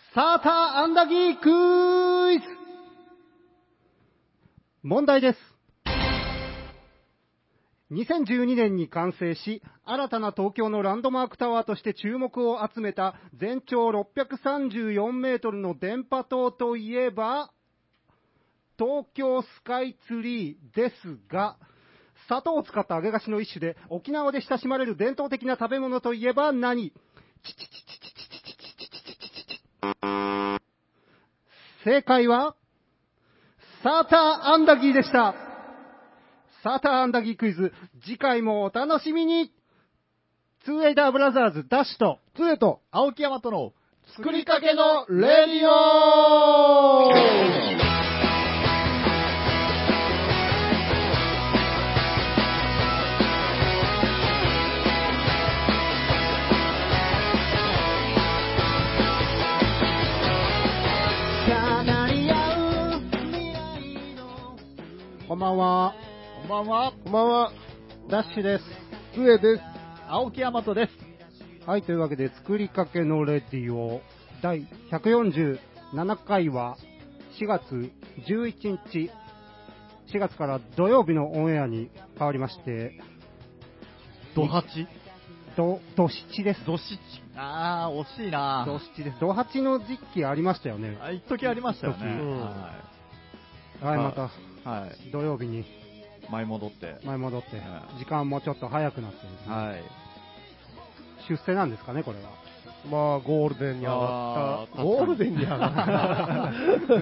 サーターアンダギークイズ。問題です。2012年に完成し、新たな東京のランドマークタワーとして注目を集めた全長634メートルの電波塔といえば、東京スカイツリーですが、砂糖を使った揚げ菓子の一種で、沖縄で親しまれる伝統的な食べ物といえば何？正解は、サーターアンダギーでした。サーターアンダギークイズ、次回もお楽しみに。ツーエイダーブラザーズダッシュと、 つえと、 青木山との作りかけのレディオ。 こんばんは。 こんばんは。 こんばんは。 ダッシュです。 つえです。 青木山とです。 はい、というわけで、作りかけのレディオ第147回は4月11日、4月から土曜日のオンエアに変わりまして、 ド八ド七です。 ド七。あー、惜しいな。 ド七です。ド八の時期ありましたよね。 一時ありましたよね。 一時ははい、またい。はい。 土曜日に前戻って。 前戻っては、 時間もちょっと早くなってですね、 はい。 出世なんですかね、これは。 まあ、ゴールデンに上があーった。ゴールデンに上がった。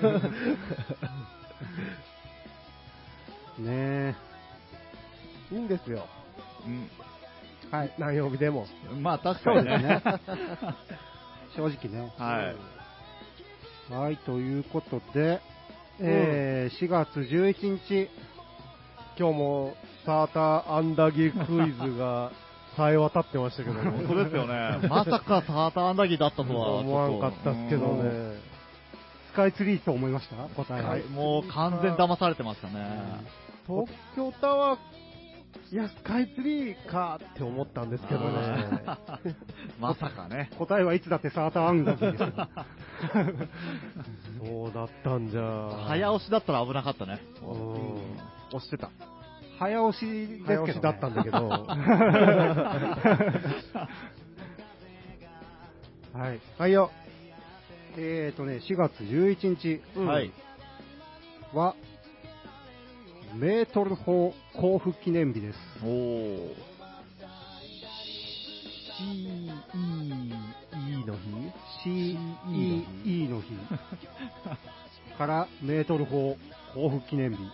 ねいいんですよ。 え。はい。 何曜日でも。 まあ、確そうですかにね。 ね。正直ね。 はい。 はい、ということで、4月11日、 今日もサーターアンダギークイズがさえ渡ってましたけども。 本当ですよね。まさかサーターアンダギーだったとは。 思わんかったっすけどね。 スカイツリーと思いました答えは。 はい。もう完全騙されてましたね。 東京タワー、いや、スカイツリーかって思ったんですけどね。 まさかね。 答えはいつだってサーターアンダギーですよ。 そうだったんじゃ。 早押しだったら危なかったね。 押してた。 早押しですけど、ね、 早押しだったんだけど。 はい。 はいよ。 4月11日はい。 は、メートル砲交付記念日です。 おー。 CEE の日 CEE の日からメートル砲交付記念日。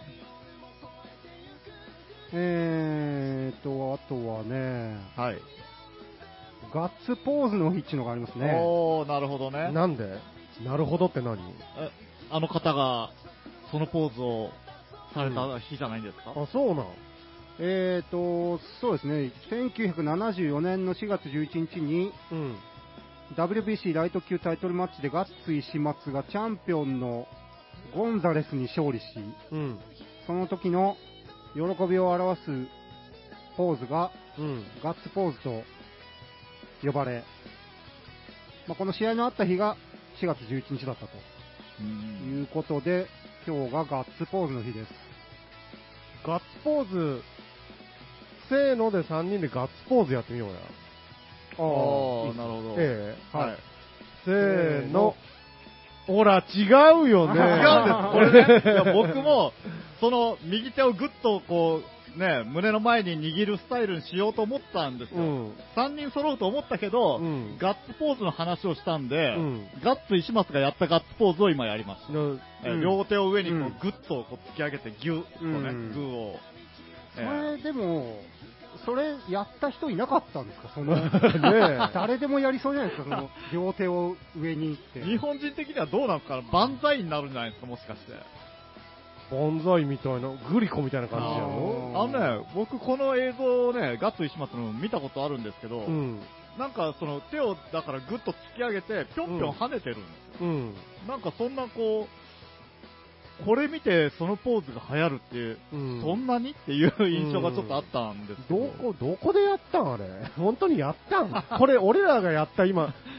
あとはね、 はい。 ガッツポーズの日っていうのがありますね。 おー、なるほどね。 なんでなるほどって何？ あの方が、そのポーズをされた日じゃないんですか？ あ、そうなん。 そうですね、1974年の4月11日に、 うん。 WBC ライト級タイトルマッチでガッツ石松がチャンピオンのゴンザレスに勝利し、 うん。 その時の喜びを表すポーズがうん。 ガッツポーズと呼ばれ、この試合のあった日が4月11日だったということで、今日がガッツポーズの日です。 ガッツポーズ、せーので3人でガッツポーズやってみようや。 おー、なるほど。 ええ。 はい。 せーの。ほら、違うよね。 違うんです。俺ね、いや僕も、その、右手をぐっとこう、ね、胸の前に握るスタイルにしようと思ったんですよ。 うん。 3人揃うと思ったけど、 うんガッツポーズの話をしたんで、 うんガッツ石松がやったガッツポーズを今やりました。 の両手を上にこう、 うんぐっとこう突き上げて、ギュッとね、 うんグーを。 それでも、それやった人いなかったんですか、そのねえ誰でもやりそうじゃないですか、その両手を上にって。 日本人的にはどうなんですか、万歳になるんじゃないですか、もしかして。 万歳みたいな、グリコみたいな感じやろ。 僕この映像をね、ガッツ石松の見たことあるんですけど、 うん。 なんかその手をだからぐっと突き上げて、ぴょんぴょん跳ねてるんですよ。 うん。 なんかそんなこう、これ見てそのポーズが流行るっていう、 うんそんなにっていう印象がちょっとあったんですけど、 どこでやったんあれ。本当にやったんこれ、俺らがやった今、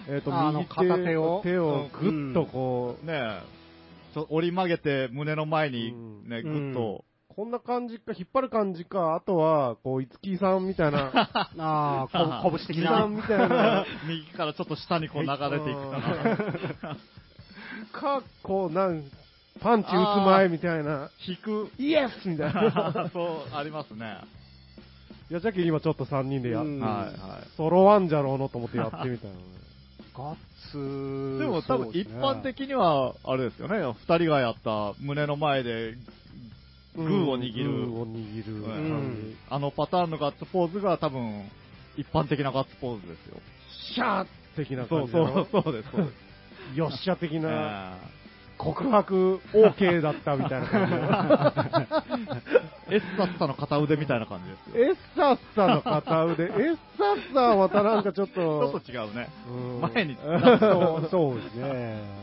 右片手を手をぐっとこう、 ねえ、折り曲げて胸の前にうんね、ぐっと、 こんな感じか、引っ張る感じか、あとは、こう、五木さんみたいな、 ああ、拳的な。 五木さんみたいな、 右からちょっと下にこう流れていくかか、こう、パンチ打つ前みたいな、 引く。 イエスみたいな。 そう、ありますね。 いや、じゃけ今ちょっと3人でうんはいはい。 ソロワンじゃろうのと思ってやってみたいなね。 ガッツ。 でも多分一般的には、あれですよね、二人がやった胸の前でグーを握る、 グーを握る感じ。 あのパターンのガッツポーズが多分一般的なガッツポーズですよ。 シャー的なそう感じだろ。 そうです、そうです。 よっしゃ的な、 え告白 OK だったみたいな感じエッサッサの片腕みたいな感じですよ。 エッサッサの片腕。エッサッサはまたなんかちょっと、 ちょっと違うね。 うん前にそうですね。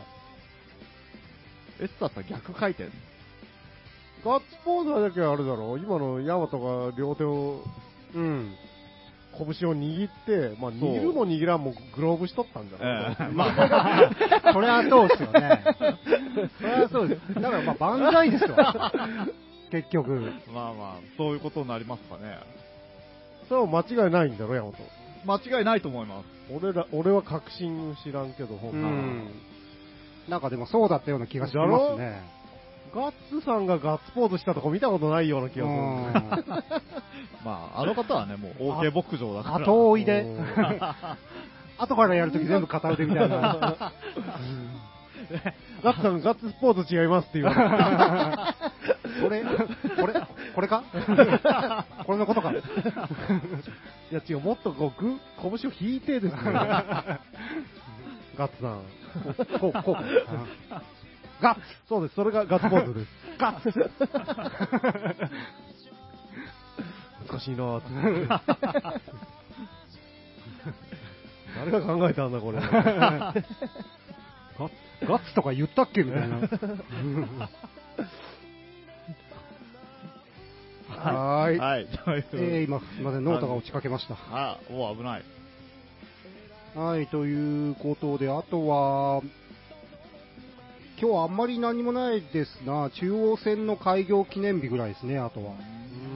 エッサッサ逆回転。 ガッツポーズはだけあるだろう。今のヤマトが両手を、拳を握って、まあ、握るも握らんもグローブしとったんだろう。 まあ、それはそうですよね。それはそうです。だからまあ、万歳ですよ。結局。 まあまあ、そういうことになりますかね。 それは間違いないんだろ、ヤマト。 間違いないと思います。 俺は確信知らんけど、ほんま。 なんかでもそうだったような気がしますね。 ガッツさんがガッツポーズしたとこ見たことないような気がする。 まあ、あの方はね、もう OK 牧場だから。 後追いで。後からやるとき全部片腕みたいな。 ガッツさん、ガッツポーズ違いますって言われて。 これかこれのことか。 いや違う、もっとこう、拳を引いてですね。ガッツさん。 こうか。ガッツそうです、それがガッツポーズです。 ガッツ難しいなぁって。誰が考えたんだ、これ。 ガッツとか言ったっけみたいな。はーい。 はい。 今、すみません、ノートが落ちかけました。 あ、お危ない。 はい、ということで、あとは、今日はあんまり何もないですな、中央線の開業記念日ぐらいですね、あとは。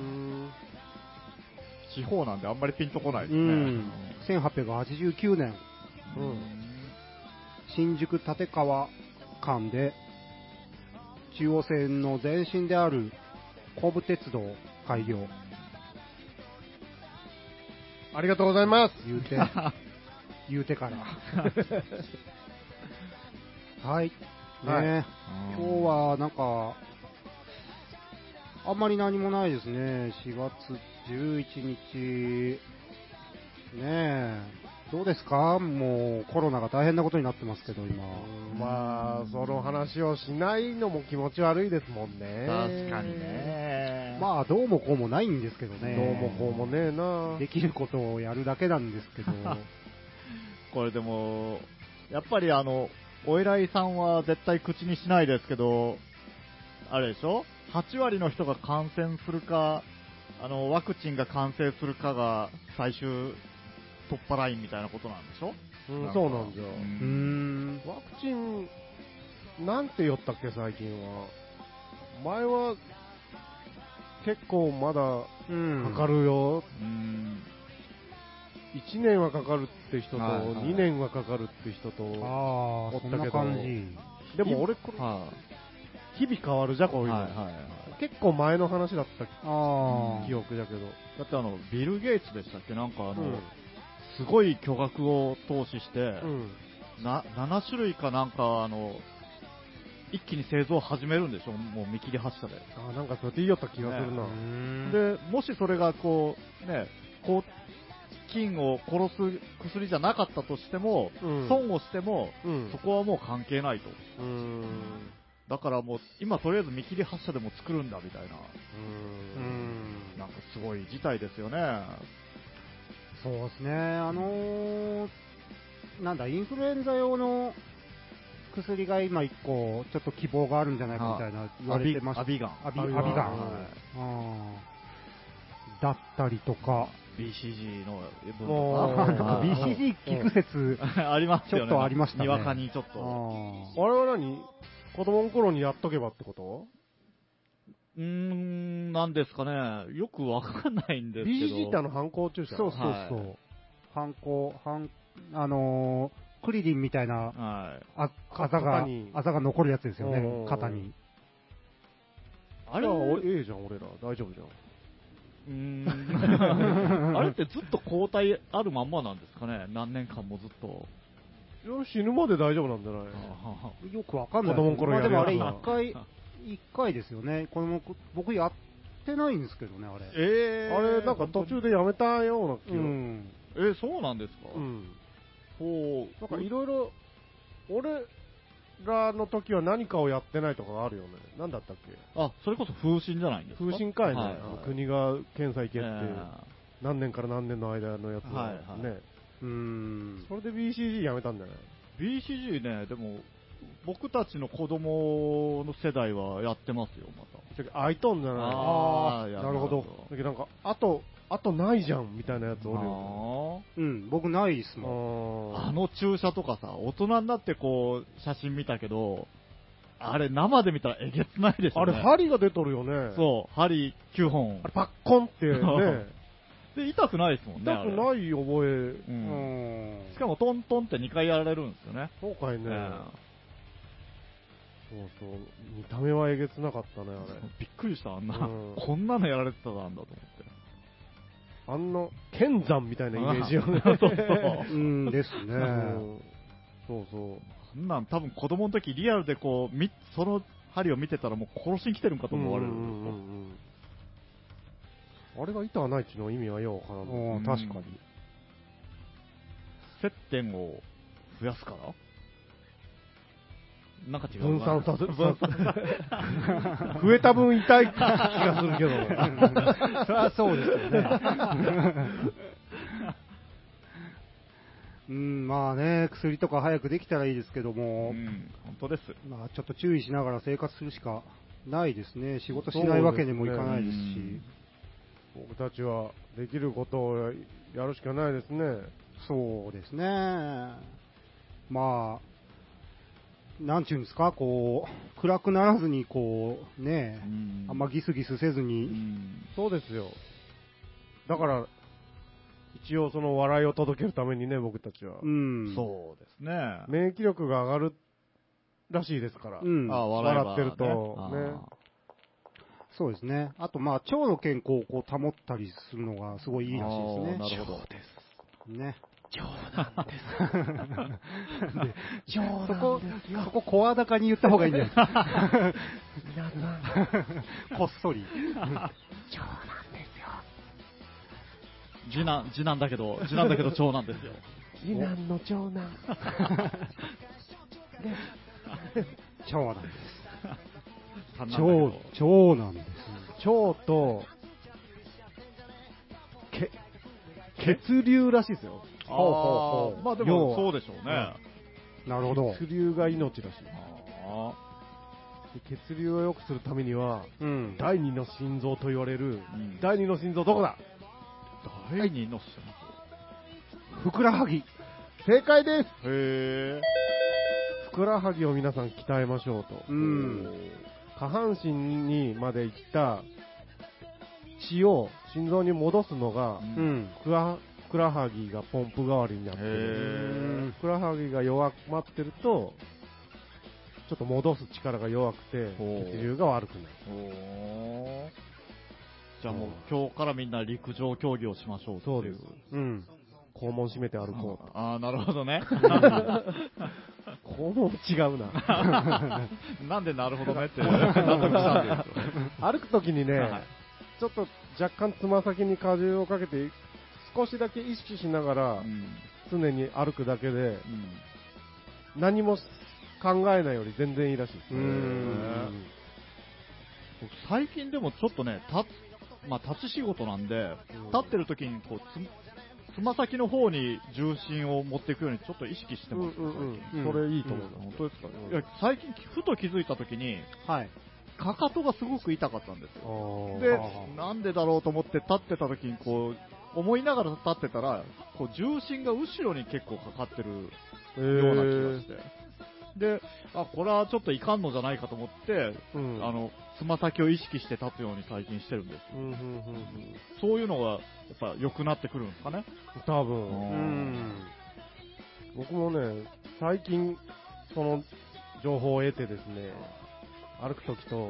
地方なんであんまりピンとこないですうね。 ん、1889年、新宿立川間で、中央線の前身である神戸鉄道開業。 ありがとうございます。 言うてから。はい。ね、今日はなんか、あんまり何もないですね。4月11日。ねえ。どうですか？もうコロナが大変なことになってますけど、今。 まあ、その話をしないのも気持ち悪いですもんね。 確かにね。 まあ、どうもこうもないんですけどね。 どうもこうもねえな。 できることをやるだけなんですけど。 これでも、やっぱりお偉いさんは絶対口にしないですけど、あれでしょ ?8 割の人が感染するか、ワクチンが完成するかが最終突破ラインみたいなことなんでしょ？ そうなんじゃ。 ワクチン、なんて言ったっけ、最近は。前は、結構まだかかるよ。1年はかかるって人と、2年はかかるって人と、おったけど、でも俺、日々変わるじゃん、こういうの。結構前の話だった記憶だけど。 だってビル・ゲイツでしたっけなんかすごい巨額を投資して、7種類かなんか一気に製造を始めるんでしょもう見切り発車で。 なんかそれで言いよった気がするな。 で、もしそれが菌を殺す薬じゃなかったとしても、損をしても、そこはもう関係ないと。だからもう、今とりあえず見切り発車でも作るんだみたいな。なんかすごい事態ですよね。 そうですね。なんだ、インフルエンザ用の薬が今一個、ちょっと希望があるんじゃないかみたいな言われてました。 アビガン。 だったりとか、 BCG の分とか。BCG 聞く説、 ありますよね。 ちょっとありましたね。 にわかにちょっと。 あれは何？子供の頃にやっとけばってこと？ なんですかね。よくわかんないんですけど。 BCG って反抗注射？ そう。反抗、クリリンみたいな、あざが残るやつですよね、肩に。 あれはええじゃん、俺ら。大丈夫じゃん。 あれってずっと抗体あるまんまなんですかね、何年間もずっと。 死ぬまで大丈夫なんじゃない？ よくわかんない。 子供の頃やるやつは。 でもあれ一回ですよね。僕やってないんですけどね、あれ。 あれなんか途中でやめたような気が。 そうなんですか？ なんかいろいろ、俺らの時は何かをやってないとかがあるよね。なんだったっけ？ それこそ風疹じゃないんですか？ 風疹かいね。国が検査行けって、何年から何年の間のやつはね。それで BCG やめたんだよね。 BCG ね、でも、僕たちの子供の世代はやってますよ、また。 アイトンじゃない？ なるほど。 だけどなんか、あとないじゃんみたいなやつおるよね。 僕ないっすもん。あの注射とかさ、大人になってこう、写真見たけど、あれ生で見たらえげつないでしょ、ね。 あれ針が出とるよね。 そう、針9本。 あれパッコンってね。 で、痛くないですもんね。 痛くない覚え。 しかもトントンって2回やられるんですよね。 そうかいね。そう。見た目はえげつなかったね、あれ。 びっくりした、あんな。こんなのやられてたんだと思って。 あんな、剣山みたいなイメージよね。 そう。ですね。 そう。 あんなん多分子供の時リアルでこう、その針を見てたらもう殺しに来てるんかと思われる。 あれが痛はないっていうの意味はようわからん。 確かに。 接点を増やすからなんか違う。 分散させる。増えた分痛い気がするけど。 そりゃそうですよね。まあね、薬とか早くできたらいいですけども。 本当です。 まあちょっと注意しながら生活するしかないですね。仕事しないわけにもいかないですし。 僕たちはできることをやるしかないですね。 そうですね。まあ、なんちゅうんですか、こう、暗くならずに、こう、ね、あんまギスギスせずに。 そうですよ。だから、一応その笑いを届けるためにね、僕たちは。 そうですね。 免疫力が上がるらしいですから。笑ってると。ね。 そうですね。あと、まあ、腸の健康をこう保ったりするのがすごいいいらしいですね。 なるほど。 そうです。ね。 腸なんです。 そこ声高に言った方がいいんじゃないですか。 皆さん。 こっそり。 腸なんですよ。 次男だけど長男ですよ。 次男の長男。 長男です。 長男です。腸と、血流らしいですよ。 まあでもそうでしょうね。 なるほど。 血流が命らしい。血流を良くするためには、第二の心臓と言われる、第二の心臓どこだ？ 第二の心臓。ふくらはぎ。正解です。 へー。 ふくらはぎを皆さん鍛えましょうと。下半身にまで行った血を心臓に戻すのが、ふくらはぎがポンプ代わりになってる。ふくらはぎが弱まってると、ちょっと戻す力が弱くて、血流が悪くなる。 じゃあもう今日からみんな陸上競技をしましょうそうです。肛門締めて歩こうと。 なるほどね。 肛門違うな。 なんでなるほどねって納得したんですよ。 歩くときにね、ちょっと若干つま先に荷重をかけて、少しだけ意識しながら、常に歩くだけで、何も考えないより全然いいらしいです。 最近でもちょっとね、立ち仕事なんで、立ってる時にこうつま先の方に重心を持っていくようにちょっと意識してます。 それいいと思う。 本当ですか？いや、最近ふと気づいた時に、かかとがすごく痛かったんですよ。で、なんでだろうと思って立ってた時にこう、 思いながら立ってたら、こう重心が後ろに結構かかってるような気がして。で、これはちょっといかんのじゃないかと思って、つま先を意識して立つように最近してるんですよ。そういうのが、やっぱ良くなってくるんですかね。 多分。僕もね、最近、その情報を得てですね、歩くときと、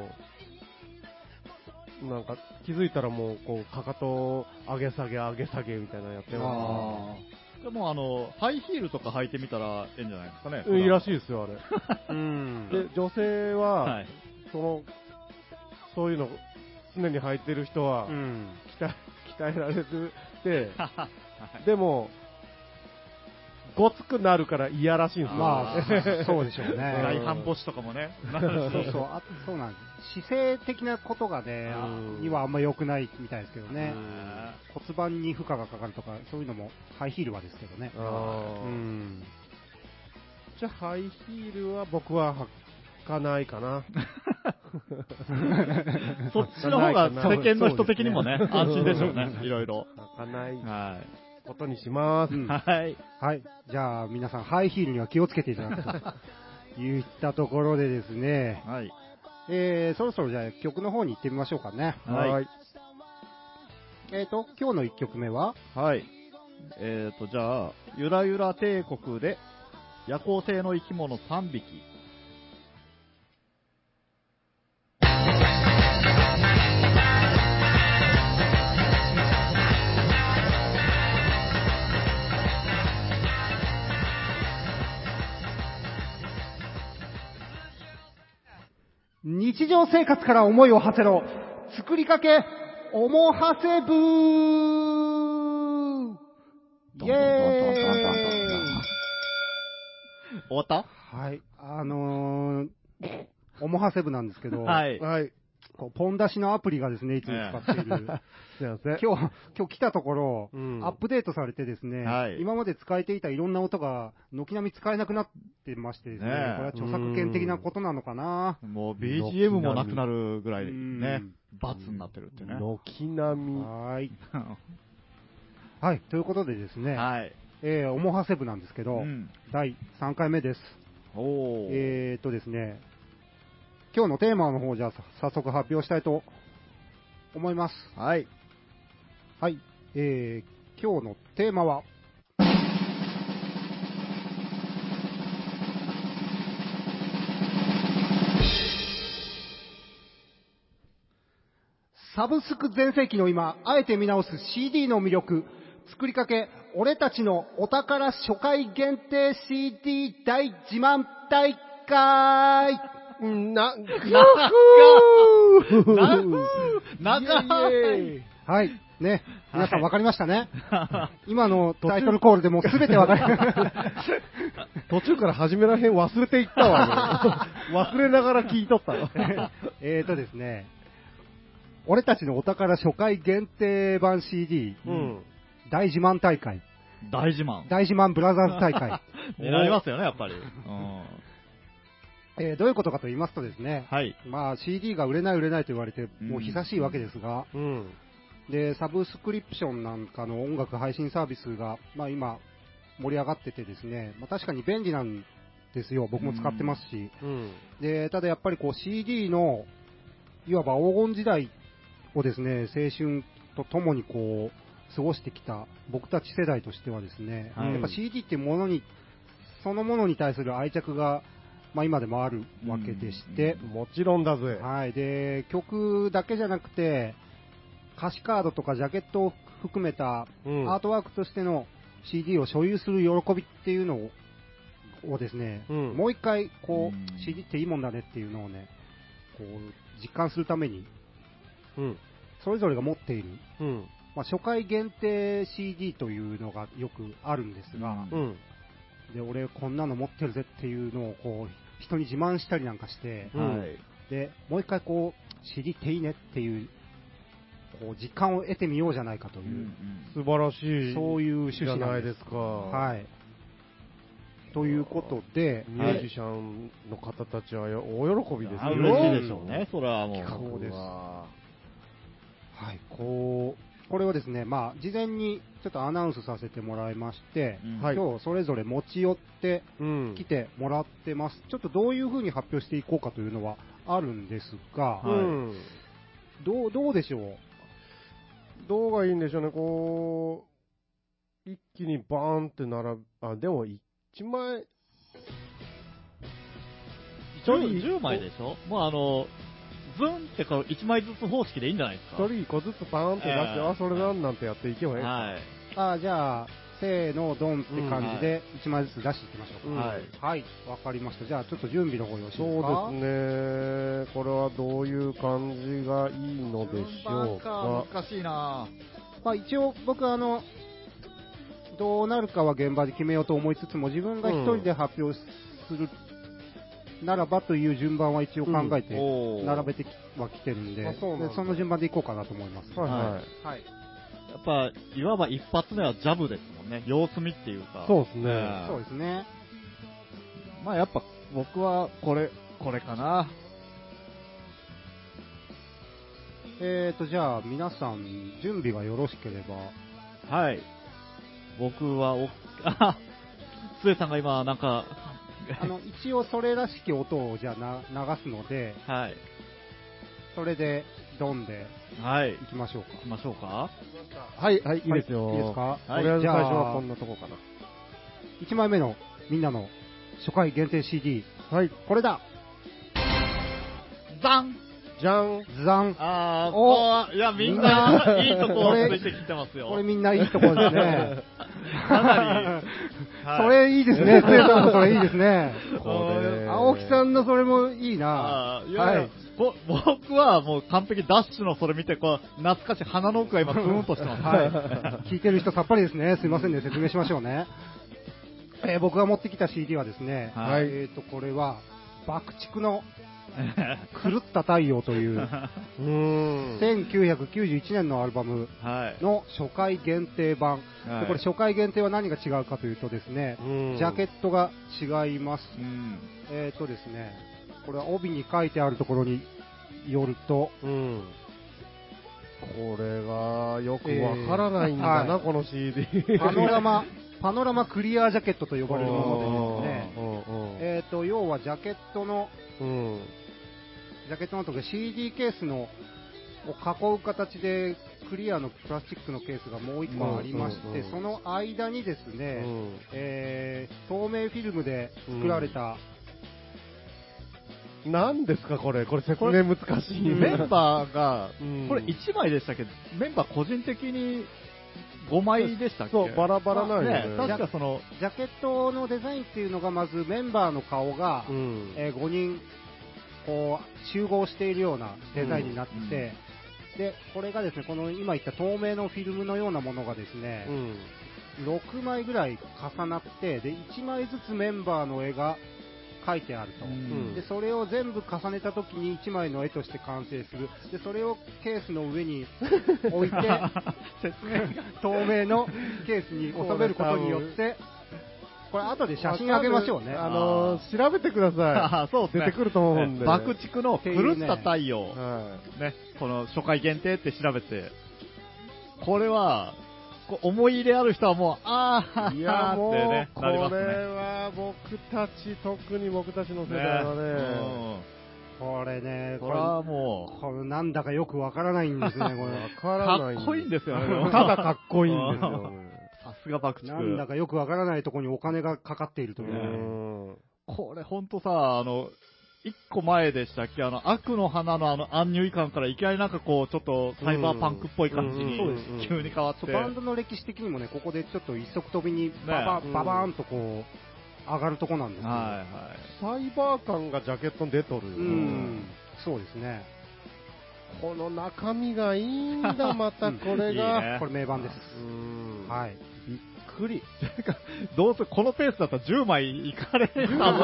なんか気づいたらもう、こう、かかとを上げ下げ上げ下げみたいなのやってます。 でもハイヒールとか履いてみたらいいんじゃないですかね。 いいらしいですよ、あれ。で、女性は、はい、そういうの常に履いてる人は、鍛えられて、でも、ごつくなるから嫌らしいんですよ。 まあ、そうでしょうね。 外反母趾とかもね。 そうなんです。姿勢的なことがね、にはあんま良くないみたいですけどね。骨盤に負荷がかかるとか、そういうのもハイヒールはですけどね。 じゃあハイヒールは僕は履かないかな。 そっちの方が世間の人的にもね、安心でしょうね。いろいろ。 履かない。はい。ことにします。 はい。 はい。じゃあ、皆さん、ハイヒールには気をつけていただくと言ったところでですね。 はい。 そろそろじゃあ、曲の方に行ってみましょうかね。 はい。 今日の1曲目ははい。じゃあ、ゆらゆら帝国で、夜行性の生き物3匹。 日常生活から思いを馳せろ。作りかけ、おもはせぶー。イェーイ。 終わった？ はい。おもはせぶなんですけど、 はい。 こうポン出しのアプリがですね、いつも使っている。今日来たところ、アップデートされてですね、今まで使えていたいろんな音が軒並み使えなくなってましてですね、これは著作権的なことなのかな。 もう BGM もなくなるぐらいね、罰になってるってね。 軒並み。 はい。はい、ということでですね、 はい。 おもはせぶなんですけど、第3回目です。ですね、今日のテーマの方じゃあ早速発表したいと思います。 はい。 はい。今日のテーマは、サブスク全盛期の今、あえて見直す CD の魅力、作りかけ、俺たちのお宝初回限定 CD 大自慢大会。 長い。 はい。ね。皆さん分かりましたね。今のタイトルコールでもうすべて分かりました。 途中から始めらへん忘れていったわ。忘れながら聞いとったわ。 ですね。俺たちのお宝初回限定版 CD、大自慢大会。 大自慢ブラザーズ大会。 狙いますよね、やっぱり。 どういうことかと言いますとですね、 はい、 まあ CD が売れないと言われてもう久しいわけですが、でサブスクリプションなんかの音楽配信サービスが、まあ、今盛り上がっててですね、まあ、確かに便利なんですよ、僕も使ってますし、でただやっぱりこう CD のいわば黄金時代をですね、青春とともにこう過ごしてきた僕たち世代としてはですね、やっぱ CD っていうものにそのものに対する愛着がまあ、今でもあるわけでして、 もちろんだぜ。 はい。で、曲だけじゃなくて、歌詞カードとかジャケットを含めたアートワークとしての CD を所有する喜びっていうのをですね、もう一回、こう、CD っていいもんだねっていうのをね、こう、実感するために、それぞれが持っている、まあ、初回限定 CD というのがよくあるんですが、で俺こんなの持ってるぜっていうのをこう人に自慢したりなんかして、でもう一回こう CD っていいねっていうこう実感を得てみようじゃないかという、 素晴らしいそういう趣旨なんです。 じゃないですか。 はい。ということでミュージシャンの方たちは大喜びですよ。 嬉しいでしょうね。それはもう。 そうです。はい。ここれをですね、まあ、事前にちょっとアナウンスさせてもらいまして、 はい今日それぞれ持ち寄って来てもらってます。ちょっとどういう風に発表していこうかというのはあるんですが、どうでしょう。 どうがいいんでしょうね、こう、一気にバーンって並ぶ、でも1枚、 10枚でしょ？もうズンってこう1枚ずつ方式でいいんじゃないですか？ 1人1個ずつバーンって出して、それなんてやっていけばいいですか。 はい。 じゃあ、せーの、ドンって感じで1枚ずつ出していきましょうか。 はい。 はい、わかりました。じゃあ、ちょっと準備の方よろしいですか？ そうですね。これはどういう感じがいいのでしょうか。 難しいな。 まあ、一応、僕どうなるかは現場で決めようと思いつつも、自分が一人で発表するならばという順番は一応考えて並べてはきてるんで、その順番でいこうかなと思います。 はい。やっぱ、いわば一発目はジャブですもんね。様子見っていうか。 そうですね。 そうですね。 まあやっぱ、僕はこれかな。 じゃあ、皆さん、準備がよろしければ。 はい。僕は、つえさんが今、なんか、 一応それらしき音をじゃあ流すので、 はい。 それで、ドンで、 はい。 行きましょうか。 行きましょうか。 はい、いいですよ。 いいですか？ とりあえず最初はこんなとこかな。 1枚目のみんなの初回限定 CD。 はい。 これだ。 ザンじゃん。 ザン。 いや、みんな、いいとこついてきてますよ。 これみんないいとこですね。 かなり。 それいいですね。つえさんのそれいいですね。 これ青木さんのそれもいいな。 はい。僕はもう完璧ダッシュのそれ見て、こう、懐かしい鼻の奥が今、プーンとしてます。 はい。聞いてる人さっぱりですね。すいませんね。説明しましょうね。僕が持ってきた CD はですね、 はい。 これは、爆竹の狂った太陽という1991年のアルバムの初回限定版、でこれ初回限定は何が違うかというとですね、ジャケットが違います。ですね、これは帯に書いてあるところによると、 これがよくわからないんだな、この CD。 パノラマクリアジャケットと呼ばれるものでですね、要はジャケットのところ CD ケースのを囲う形でクリアのプラスチックのケースがもう1個ありまして、その間にですね、透明フィルムで作られた、 何ですかこれ説明難しい。 メンバーが、これ1枚でしたけど、メンバー個人的に5枚でしたっけ？ そう、バラバラなんですね。 確かそのジャケットのデザインっていうのがまずメンバーの顔が、5人こう集合しているようなデザインになってて、でこれがですね、この今言った透明のフィルムのようなものがですね、6枚ぐらい重なって、で1枚ずつメンバーの絵が書いてあると、でそれを全部重ねたときに1枚の絵として完成する、でそれをケースの上に置いて透明のケースに収めることによって、これ後で写真あげましょうね。 調べてください。 そうですね、 出てくると思うんで。 爆竹の狂った太陽、ね、この初回限定って調べて、これは思い入れある人はもう、 いやもうってね、 これは特に僕たちの世代はね、 これね、 これはもう、 これなんだかよくわからないんですね、これ。 わからない。 かっこいいんですよね。 ただかっこいいんですよ。 さすが爆竹。 なんだかよくわからないところにお金がかかっているという。 これほんとさ、一個前でしたっけ、悪の花のアンニュイ感からいきなりなんかこう、ちょっとサイバーパンクっぽい感じに急に変わって。 バンドの歴史的にもね、ここでちょっと一足飛びにババーンとこう、上がるとこなんですよ。 サイバー感がジャケットに出とるよ。 そうですね。 この中身がいいんだ、またこれが。 これ名盤です。はい。 びっくり。 どうせこのペースだったら10枚いかれる。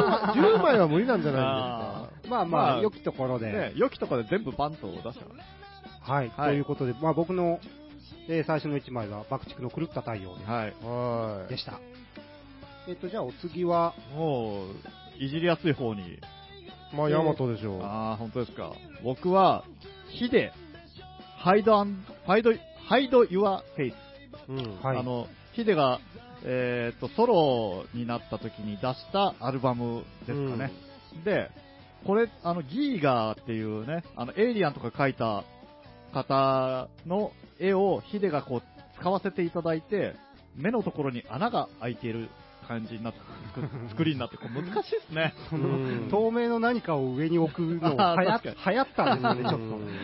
10枚は無理なんじゃないですか。 まあ、良きところで。 良きところで全部バンと出したからね。 はい。ということで、僕の最初の1枚は爆竹の狂った太陽でした。じゃあお次は。 もう、いじりやすい方に。 ヤマトでしょう。 本当ですか。僕は、ヒデ、ハイド Hide Your Face。 はい、 ヒデが、ソロになった時に出したアルバムですかね。で、これ、ギーガーっていうね、エイリアンとか描いた方の絵をヒデがこう、使わせていただいて、目のところに穴が開いている感じになって作りになってこう難しいですね。 透明の何かを上に置くの流行ったんですよね、ちょっ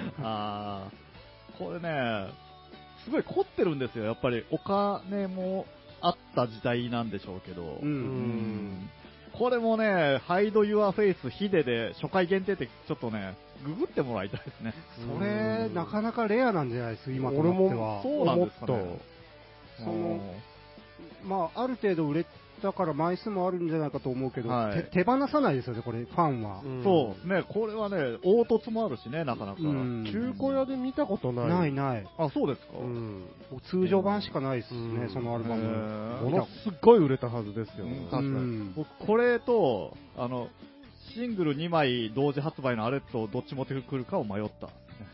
と。これね、すごい凝ってるんですよ。やっぱりお金もあった時代なんでしょうけど。これもね、Hide Your Face ヒデで初回限定ってちょっとね、ググってもらいたいですね。 それ、なかなかレアなんじゃないですか、今となっては。 そうなんですかね。 まあ、ある程度売れたから枚数もあるんじゃないかと思うけど、手放さないですよね、これ、ファンは。 そうね、これはね、凹凸もあるしね、なかなか。 中古屋で見たことない。 ない。 あ、そうですか。 通常版しかないですね、そのアルバム。 ものすごい売れたはずですよ。 確かに。僕、これと、シングル2枚同時発売のあれとどっち持ってくるかを迷った。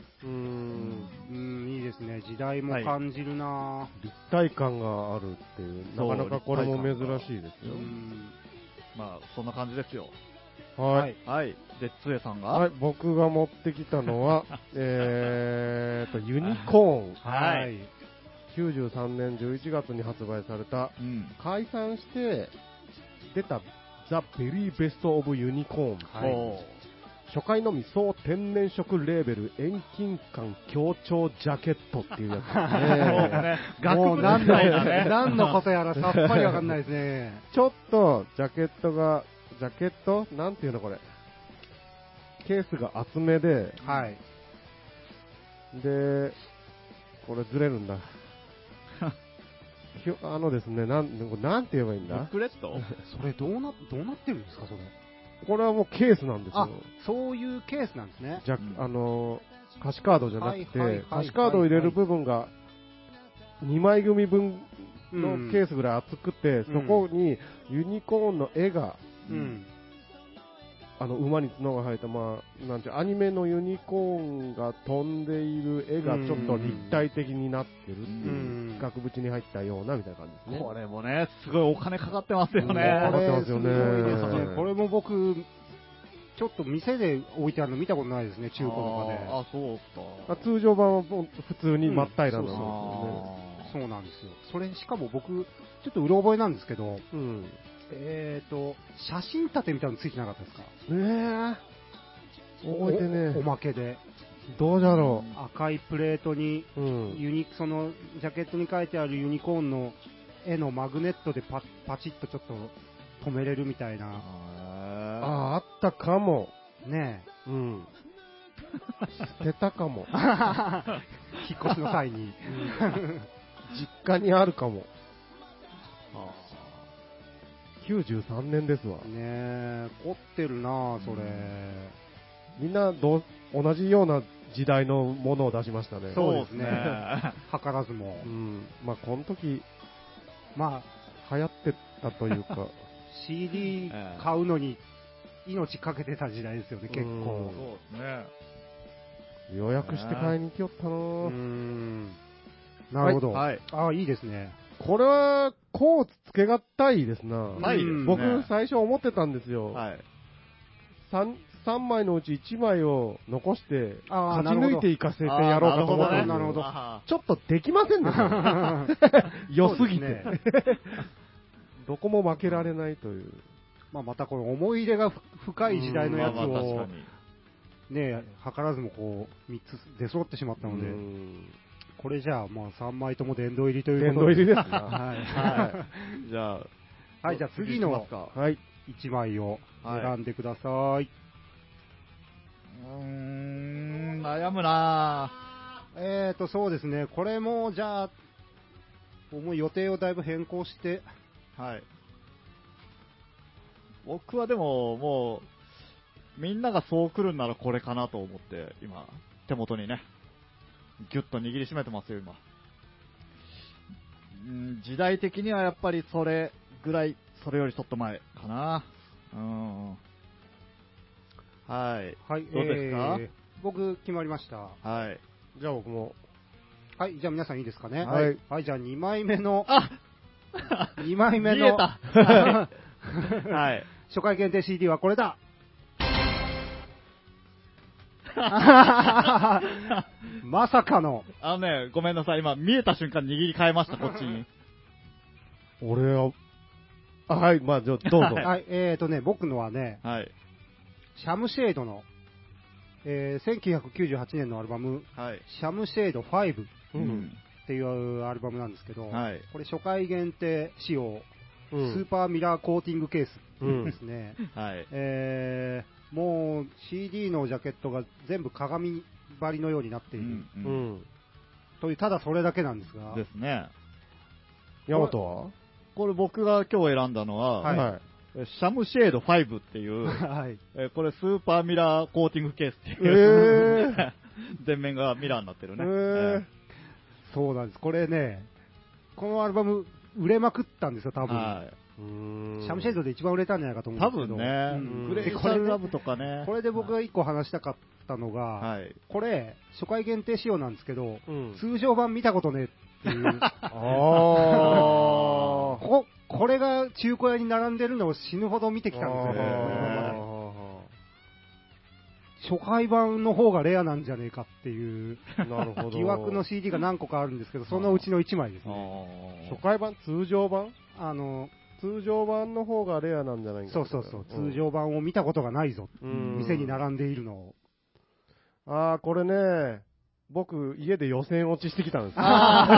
いいですね、時代も感じるな、 立体感があるっていう、なかなかこれも珍しいですよ。 まあ、そんな感じですよ。 はい。 で、つえさんが、 はい、僕が持ってきたのは、ユニコーン。 はい。 93年11月に発売された、解散して出たザ・ベリーベスト・オブ・ユニコーン。初回のみ総天然色レーベル遠近感強調ジャケットっていうやつですね。 もう何のことやらさっぱりわかんないですね。 ちょっとジャケットなんていうのこれ。ケースが厚めで、で、これずれるんだ。ですね、なんて言えばいいんだ？ ブックレット？ それどうなってるんですか、それ。 これはもうケースなんですよ。 そういうケースなんですね。 歌詞カードじゃなくて、歌詞カードを入れる部分が2枚組分のケースぐらい厚くて、そこにユニコーンの絵が、馬に角が生えた、なんていうアニメのユニコーンが飛んでいる絵がちょっと立体的になってるっていう、額縁に入ったようなみたいな感じですね。 これもね、すごいお金かかってますよね。 かかってますよね。 これも僕、ちょっと店で置いてあるの見たことないですね、中古とかで。 そうか。 通常版は普通に真っ平らなんですよね。 そうなんですよ。それにしかも僕、ちょっとうろ覚えなんですけど、写真立てみたいなのついてなかったですか？ 覚えてね。 おまけで。 どうだろう。赤いプレートに、そのジャケットに書いてあるユニコーンの絵のマグネットでパチッとちょっと止めれるみたいな。 あったかも。 ねえ。捨てたかも。 引っ越しの際に。 実家にあるかも。93年ですわ。 ねえ、凝ってるなそれ。 みんな同じような時代のものを出しましたね。 そうですね。図らずも。 この時、流行ってたというか。 CD 買うのに命かけてた時代ですよね、結構。 そうですね。 予約して買いに来よったななるほど。いいですね。 これは、コーツつけがたいですな。 ないですね。 僕、最初思ってたんですよ。3枚のうち1枚を残して、勝ち抜いていかせてやろうかと思ったんですけど、 なるほど。 ちょっとできませんね。良すぎて。どこも負けられないという。 またこの思い入れが深い時代のやつを、ね、図らずもこう、3つ出揃ってしまったので、これじゃあ、3枚とも殿堂入りということで。 殿堂入りですか。 じゃあ、じゃあ次の1枚を選んでください。 悩むなそうですね、これも、じゃあ、もう予定をだいぶ変更して、 僕はでも、もう、みんながそう来るんならこれかなと思って、今、手元にね、ギュッと握りしめてますよ、今。時代的にはやっぱりそれぐらい、それよりちょっと前かな。はい。 どうですか？僕、決まりました。 じゃあ僕も、 はい、じゃあ皆さんいいですかね。 はい。 はい、じゃあ2枚目の、2 枚目の、見えた。はい。 初回限定 CD はこれだ。まさかの。 ごめんなさい。今、見えた瞬間握り替えました、こっちに。 俺は、はい、まあ、どうぞ。 はい、僕のはね、 はい。 シャムシェードの、1998年のアルバム、 はい、 シャムシェード5っていうアルバムなんですけど、 はい、 これ初回限定仕様、スーパーミラーコーティングケースですね。 はい、 もう CD のジャケットが全部鏡張りのようになっている、というただそれだけなんですが。 ですね。 ヤマトはこれ僕が今日選んだのは、はい、シャムシェード5っていう、はい、これスーパーミラーコーティングケースっていう、前面がミラーになってるね。 そうなんです。これね、このアルバム売れまくったんですよ、多分。はい、シャムシェードで一番売れたんじゃないかと思うんですけど。 多分ね。グレーシャルラブとかね。 これで僕が一個話したかったのが、はい、これ、初回限定仕様なんですけど、通常版見たことねえっていう。これが中古屋に並んでるのを死ぬほど見てきたんですよね。初回版の方がレアなんじゃねえかっていう疑惑の CD が何個かあるんですけど、そのうちの1枚ですね。 初回版通常版通常版の方がレアなんじゃないか。 そう、通常版を見たことがないぞ。店に並んでいるのを。 これね、僕、家で予選落ちしてきたんです。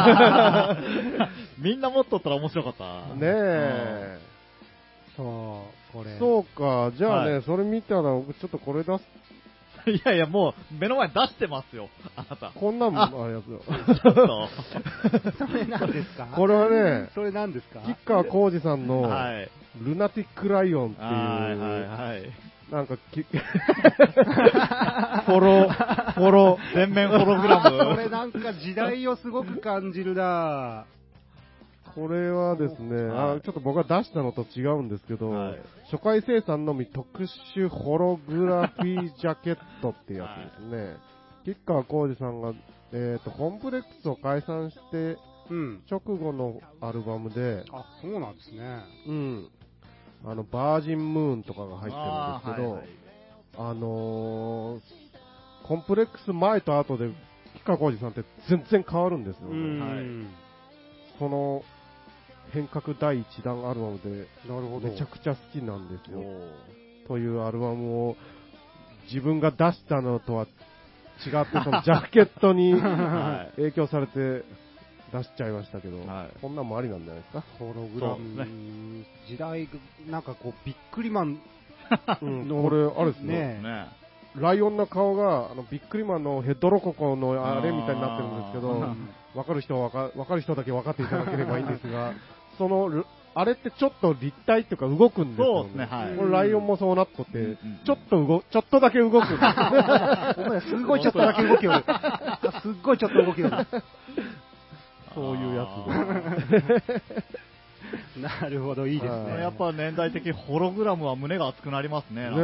みんな持っとったら面白かった。 ねえ。 これ。 そうか、じゃあね、はい、それ見たら、ちょっとこれ出す。 いやいや、もう、目の前に出してますよ、あなた。 こんなんもあるやつよ。 それ何ですか？ これはね、 それ何ですか？ 吉川晃司さんの、ルナティックライオンっていう、なんかフォロ、 全面ホログラム。 これなんか時代をすごく感じるな。 これはですね、ちょっと僕が出したのと違うんですけど、初回生産のみ特殊ホログラフィージャケットってやつですね。吉川晃司さんが、コンプレックスを解散して、直後のアルバムで、 そうなんですね。 バージンムーンとかが入ってるんですけど、コンプレックス前と後で、吉川晃司さんって全然変わるんですよね。その、変革第1弾アルバムで、めちゃくちゃ好きなんですよ。というアルバムを、自分が出したのとは違って、そのジャケットに影響されて出しちゃいましたけど、こんなんもありなんじゃないですか。 ホログラム、時代、なんかこう、ビックリマンの、 これ、あれですね。ライオンの顔がビックリマンのヘッドロココのあれみたいになってるんですけど、分かる人は分かる人だけ分かっていただければいいんですが、あれってちょっと立体っていうか動くんですよね。そうですね、はい。これライオンもそうなっとって、ちょっとだけ動くんです。 お前すごいちょっとだけ動きよる。すっごいちょっと動きよる。 そういうやつで。 なるほど、いいですね。 やっぱ年代的ホログラムは胸が熱くなりますね。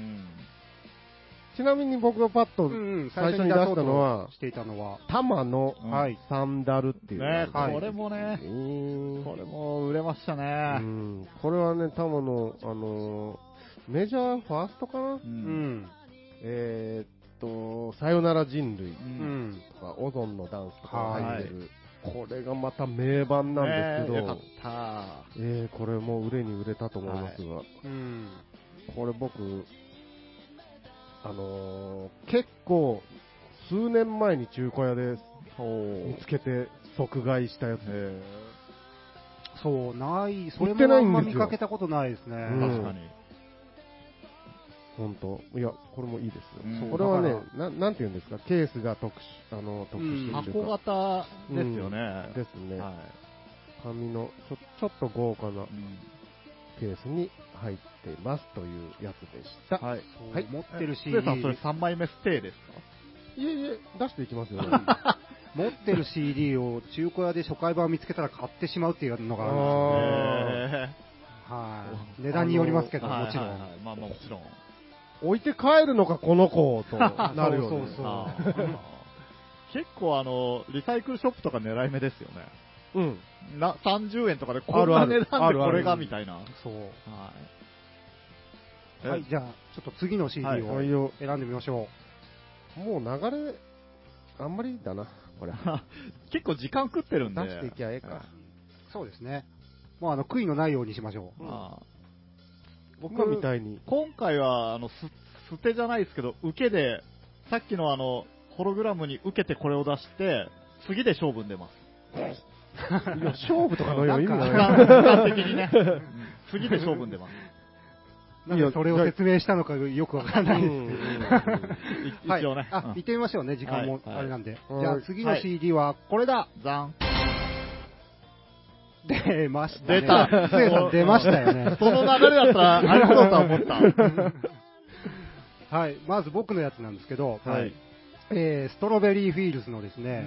ちなみに僕がパッと最初に出したのは、タマのサンダルっていう。 これもね、これも売れましたね。 これはね、タマの、メジャーファーストかな？さよなら人類とか、オゾンのダンスとか入ってる。これがまた名盤なんですけど、これも売れに売れたと思いますが、これ僕、結構、数年前に中古屋で見つけて即買いしたやつで。 そう、それもあんま見かけたことないですね。 確かに。 本当。いや、これもいいですよ。これはね、なんて言うんですか、ケースが特殊。 箱型ですよね。 ですね。紙のちょっと豪華なケースに入っていますというやつでした。 はい。持ってる CD。 さん、それ3枚目ステイですか？ いえ、出していきますよ。 持ってる CD を中古屋で初回版を見つけたら買ってしまうっていうのがあるんですね。はい。値段によりますけど、もちろん。 まあもちろん。 置いて帰るのか、この子となるよね。 結構リサイクルショップとか狙い目ですよね。 うん。 30円とかでこんな値段でこれがみたいな。 そう。 はい。 はい、じゃあ、ちょっと次の CD を選んでみましょう。もう流れ、あんまりだな、これ。 結構時間食ってるんで。 出していきゃええか。 そうですね。もう悔いのないようにしましょう。 僕みたいに。 今回は、捨てじゃないですけど、受けで、さっきのホログラムに受けてこれを出して、次で勝負に出ます。 いや、勝負とかの意味がない。時間的にね。次で勝負に出ます。 なんでそれを説明したのかよくわからないですけど。 一応ね。 行ってみましょうね、時間もあれなんで。じゃあ次の CD はこれだ。 ザン。 出ましたね。 出た。 つえさん出ましたよね。 その流れだったら、ありそうとは思った。 はい、まず僕のやつなんですけど、ストロベリーフィールズのですね、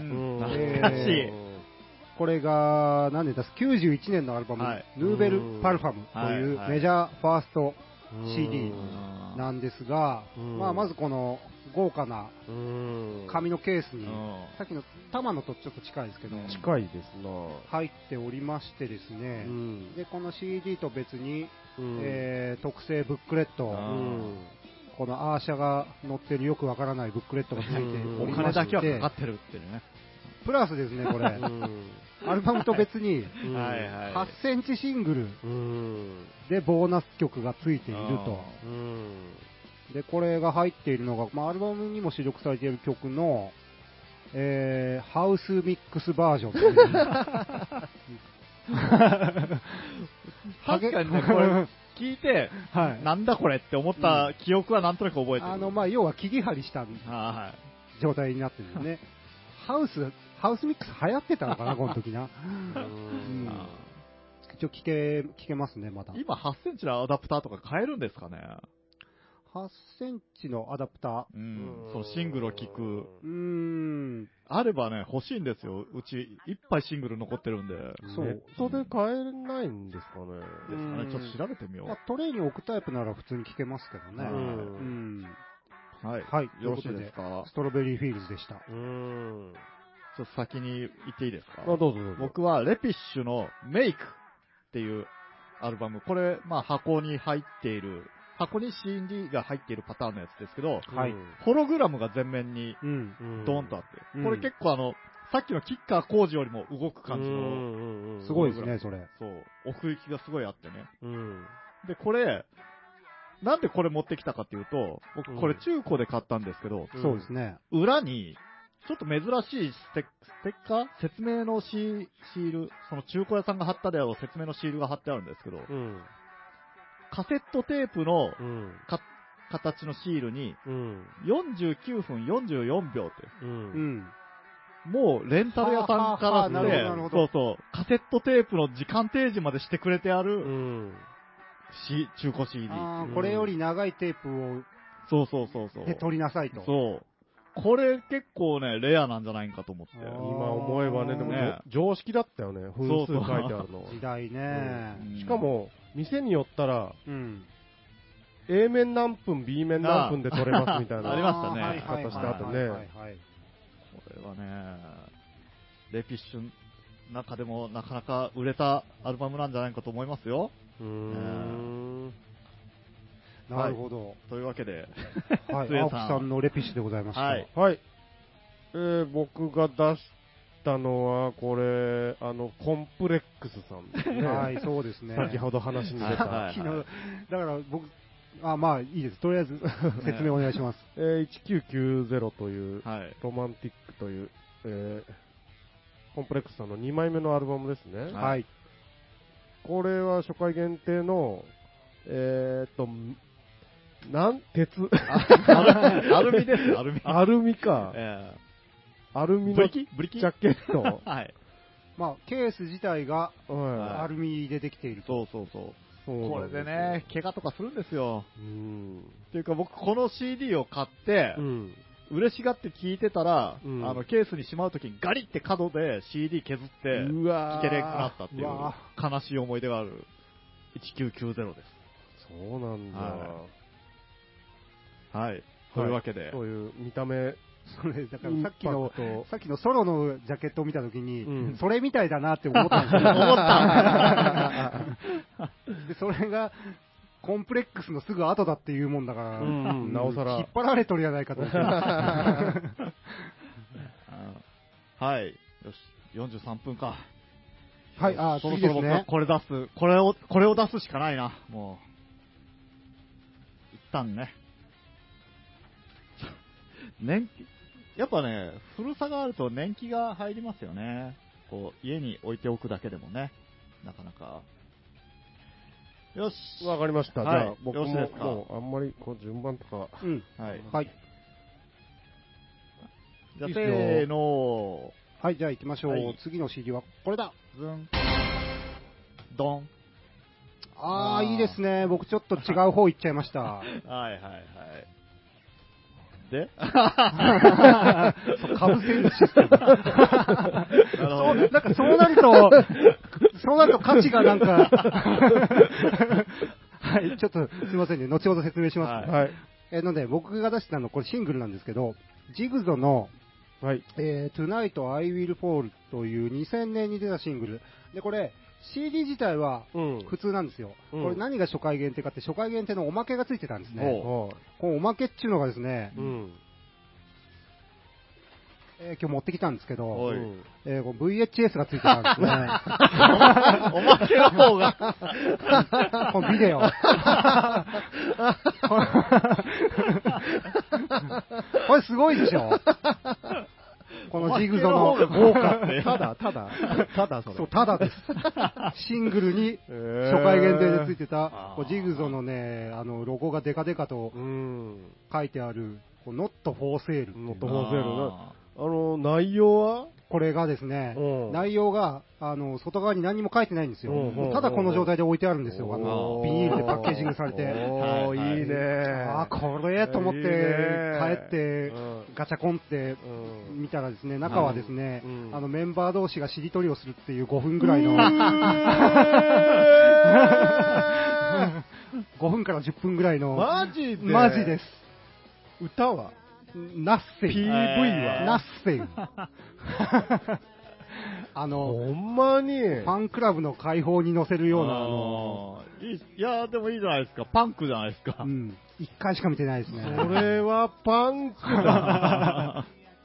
これが、何年出す ?91 年のアルバム、ヌーベル・パルファムというメジャーファースト CD なんですが、まずこの豪華な紙のケースに、さっきの玉野とちょっと近いですけど、 近いですな、 入っておりましてですね、で、この CD と別に、特製ブックレット、このアーシャが載ってるよくわからないブックレットがついておりまして、 お金だけはかかってるってね。 プラスですね、これ、アルバムと別に8センチシングルでボーナス曲がついていると。で、これが入っているのが、アルバムにも収録されている曲の、ハウスミックスバージョンという確かにね、これ聞いて、なんだこれって思った記憶はなんとなく覚えてる。 要は切り張りした状態になってるんですね。ハウスミックス流行ってたのかな、この時な。一応聞けますね、まだ。 今8センチのアダプターとか買えるんですかね。 8センチのアダプター、そのシングルを聞く。あればね、欲しいんですよ。うちいっぱいシングル残ってるんで。 ネットで買えないんですかね。 ちょっと調べてみよう。 トレイに置くタイプなら普通に聞けますけどね。はい。 よろしいですか。 ストロベリーフィールズでした。 ちょっと先に言っていいですか。 どうぞ。 僕はレピッシュのメイクっていうアルバム。これ、箱に入っている、箱に CD が入っているパターンのやつですけど、ホログラムが前面にドーンとあって、これ結構さっきのキッカー工事よりも動く感じの、 すごいですね、それ。 そう、奥行きがすごいあってね。で、これ、なんでこれ持ってきたかっていうと、僕これ中古で買ったんですけど、 そうですね。 裏に、ちょっと珍しいステッカー説明のシール、その中古屋さんが貼ったであろう説明のシールが貼ってあるんですけど、カセットテープの、形のシールに、49分44秒って、もうレンタル屋さんからして、そうそう、カセットテープの時間提示までしてくれてある、中古 CD。 これより長いテープを、 そう。 取りなさいと。 そう。これ結構ね、レアなんじゃないかと思って。 今思えばね、でも常識だったよね、分数書いてあるの。 時代ね。 しかも、店によったら、A 面何分、B 面何分で撮れますみたいな。 ありましたね。 形であったね。 これはね、レピッシュの中でもなかなか売れたアルバムなんじゃないかと思いますよ。 なるほど。 というわけで、 青木さんのレピッシュでございました。 はい。僕が出したのは、これ、コンプレックスさんですね。 はい、そうですね。 先ほど話に出た。 だから僕、いいです。とりあえず説明お願いします。 1990という、ロマンティックという、コンプレックスさんの2枚目のアルバムですね。 はい。 これは初回限定の、鉄アルミですよ、アルミ。 アルミか。アルミのジャケット。 はい。 ケース自体がアルミでできていると。 そう。これでね、怪我とかするんですよ。っていうか僕この CD を買って、嬉しがって聴いてたら、ケースにしまうときにガリって角で CD 削って聴けなくなったっていう悲しい思い出がある1990です。 そうなんだ。 はい。というわけで。 そういう見た目それだからさっきのソロのジャケットを見たときに、それみたいだなって思ったんですよ。思ったで、それが、コンプレックスのすぐ後だっていうもんだから、 なおさら。 引っ張られとるやないかと。 はい。よし、43分か。 はい、 そろそろ僕はこれを出すしかないな、もう。一旦ね。やっぱね、古さがあると年季が入りますよね。こう、家に置いておくだけでもね、なかなか。よし。 わかりました。 はい、 じゃあ、僕もうあんまりこう順番とか。 はい。 はい。じゃあ、せーの。 はい、じゃあ行きましょう。はい、次の CD はこれだ。 ズン。ドン。 いいですね。僕ちょっと違う方行っちゃいました。 はいはいはい。でかぶせるシステム。なんかそうなると価値がなんか、はい、ちょっとすみませんね。後ほど説明します。はい。ので、僕が出したのこれシングルなんですけど、ジグゾの、はい、Tonight I Will Fall という2000年に出たシングル。で、これ、CD 自体は普通なんですよ。これ何が初回限定かって初回限定のおまけがついてたんですね。このおまけっていうのがですね、今日持ってきたんですけど、この VHS がついてたんですね。 おまけの方が。 このビデオ。これすごいでしょ。このジグゾの豪華って。ただそれ。そう、ただです。シングルに初回限定でついてた、ジグゾのね、ロゴがデカデカと書いてある、Not for Sale。 Not for Sale。内容はこれがですね、内容が、外側に何も書いてないんですよ。ただこの状態で置いてあるんですよ。ビニールでパッケージングされて。 おー、いいね。 これと思って、帰って、ガチャコンって見たらですね、中はですね、メンバー同士がしりとりをするっていう5分ぐらいの、5分から10分ぐらいの、 マジです。 歌はナッセン。 PV はナッセン。 ほんまにファンクラブの開放に載せるような、 いやでもいいじゃないですか。パンクじゃないですか。 一回しか見てないですね。 それはパンクだ。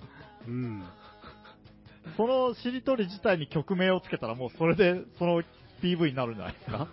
そのしりとり自体に曲名をつけたらもうそれでその PV になるんじゃないですか。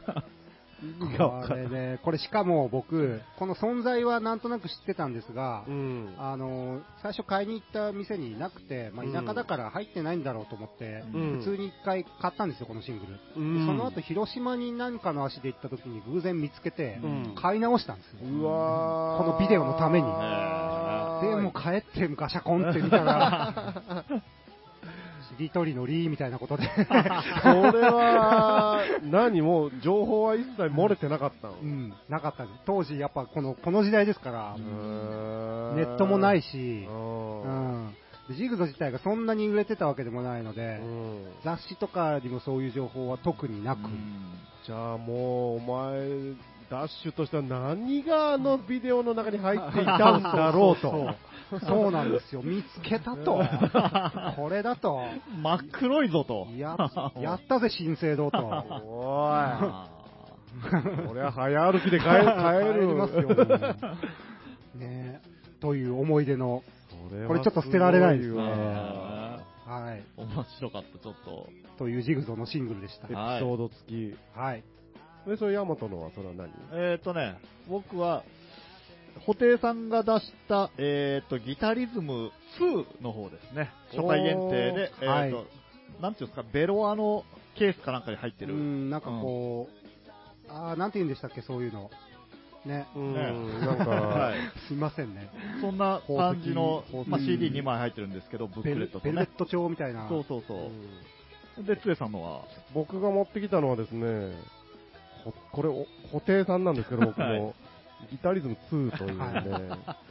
これしかも僕、この存在はなんとなく知ってたんですが、最初買いに行った店になくて、田舎だから入ってないんだろうと思って、普通に一回買ったんですよ、このシングル。でその後、広島に何かの足で行った時に偶然見つけて、買い直したんですよ。このビデオのために。でも帰ってガシャコンって見たら、しりとりのりみたいなことで。それは、もう情報は一切漏れてなかったの？ なかったです。当時やっぱこの時代ですから、ネットもないし、ジグゾ自体がそんなに売れてたわけでもないので、雑誌とかにもそういう情報は特になく。 じゃあもうお前、ダッシュとしては何があのビデオの中に入っていたんだろうと。 そうなんですよ。見つけたと。これだと。 真っ黒いぞと。 やったぜ、新生堂と。おい。俺は早歩きで帰りますよ。 ねという思い出の。これちょっと捨てられないですね。はい。 面白かった、ちょっと。 というジグゾのシングルでした。 エピソード付き。 はい。 それヤマトのはそれは何？ 僕は、布袋さんが出した、ギタリズム2の方ですね。初回限定で、なんていうんですか、ベロアのケースかなんかに入ってる。 なんかこう、なんて言うんでしたっけ、そういうの。ね。 なんか、 すいませんね。 そんな感じの、CD2 枚入ってるんですけど、ブックレットとね。 ベルベット調みたいな。 そう。で、つえさんのは僕が持ってきたのはですね、これ、布袋さんなんですけど、僕も、ギタリズム2というね、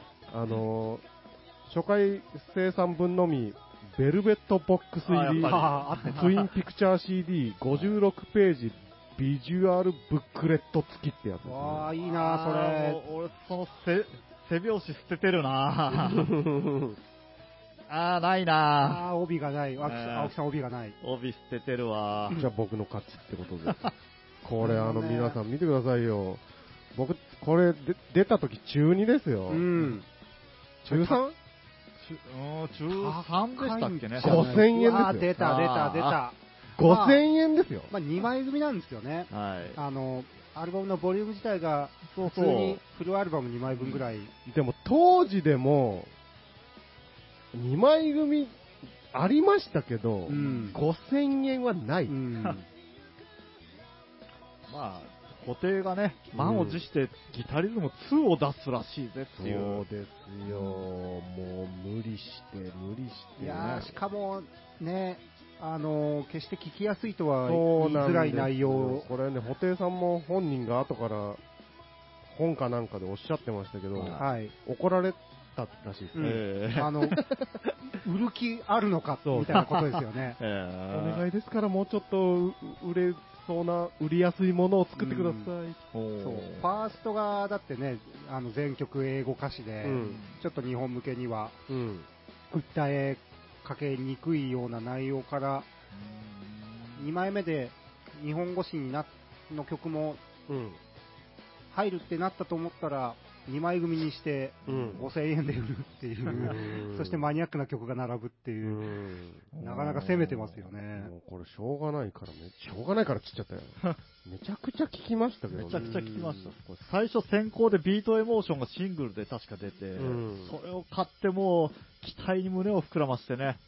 初回生産分のみ、ベルベットボックス入り、ツインピクチャー CD56 ページ、ビジュアルブックレット付きってやつですね。 いいなそれ。 俺、その背拍子捨ててるなないな帯がない。青木さん帯がない。 帯捨ててるわ。 じゃあ僕の勝ちってことです。これ皆さん見てくださいよ。僕、これ出た時中2ですよ。中 3？ 中3でしたっけね。 5000円ですよ。 出た。 5000円ですよ。 2枚組なんですよね。 はい。 アルバムのボリューム自体が、普通にフルアルバム2枚分ぐらい。 でも当時でも、2枚組ありましたけど、5000円はない。 まあ、布袋がね、満を持してギタリズム2を出すらしいぜっていう。 そうですよ。もう無理して。 いやしかもね、決して聞きやすいとは言いづらい内容。 これね、布袋さんも本人が後から本かなんかでおっしゃってましたけど、怒られたらしいですね。 売る気あるのかみたいなことですよね。 お願いですからもうちょっと売れそうな、売りやすいものを作ってください。 そうファーストがだってね、全曲英語歌詞で、ちょっと日本向けには訴えかけにくいような内容から、2枚目で日本語詞の曲も入るってなったと思ったら、2枚組にして5000円で売るっていう、そしてマニアックな曲が並ぶっていう、なかなか攻めてますよね。 もうこれしょうがないから切っちゃったよ。めちゃくちゃ聴きましたけどね。 めちゃくちゃ聴きました。最初先行でビートエモーションがシングルで確か出て、それを買ってもう期待に胸を膨らましてね、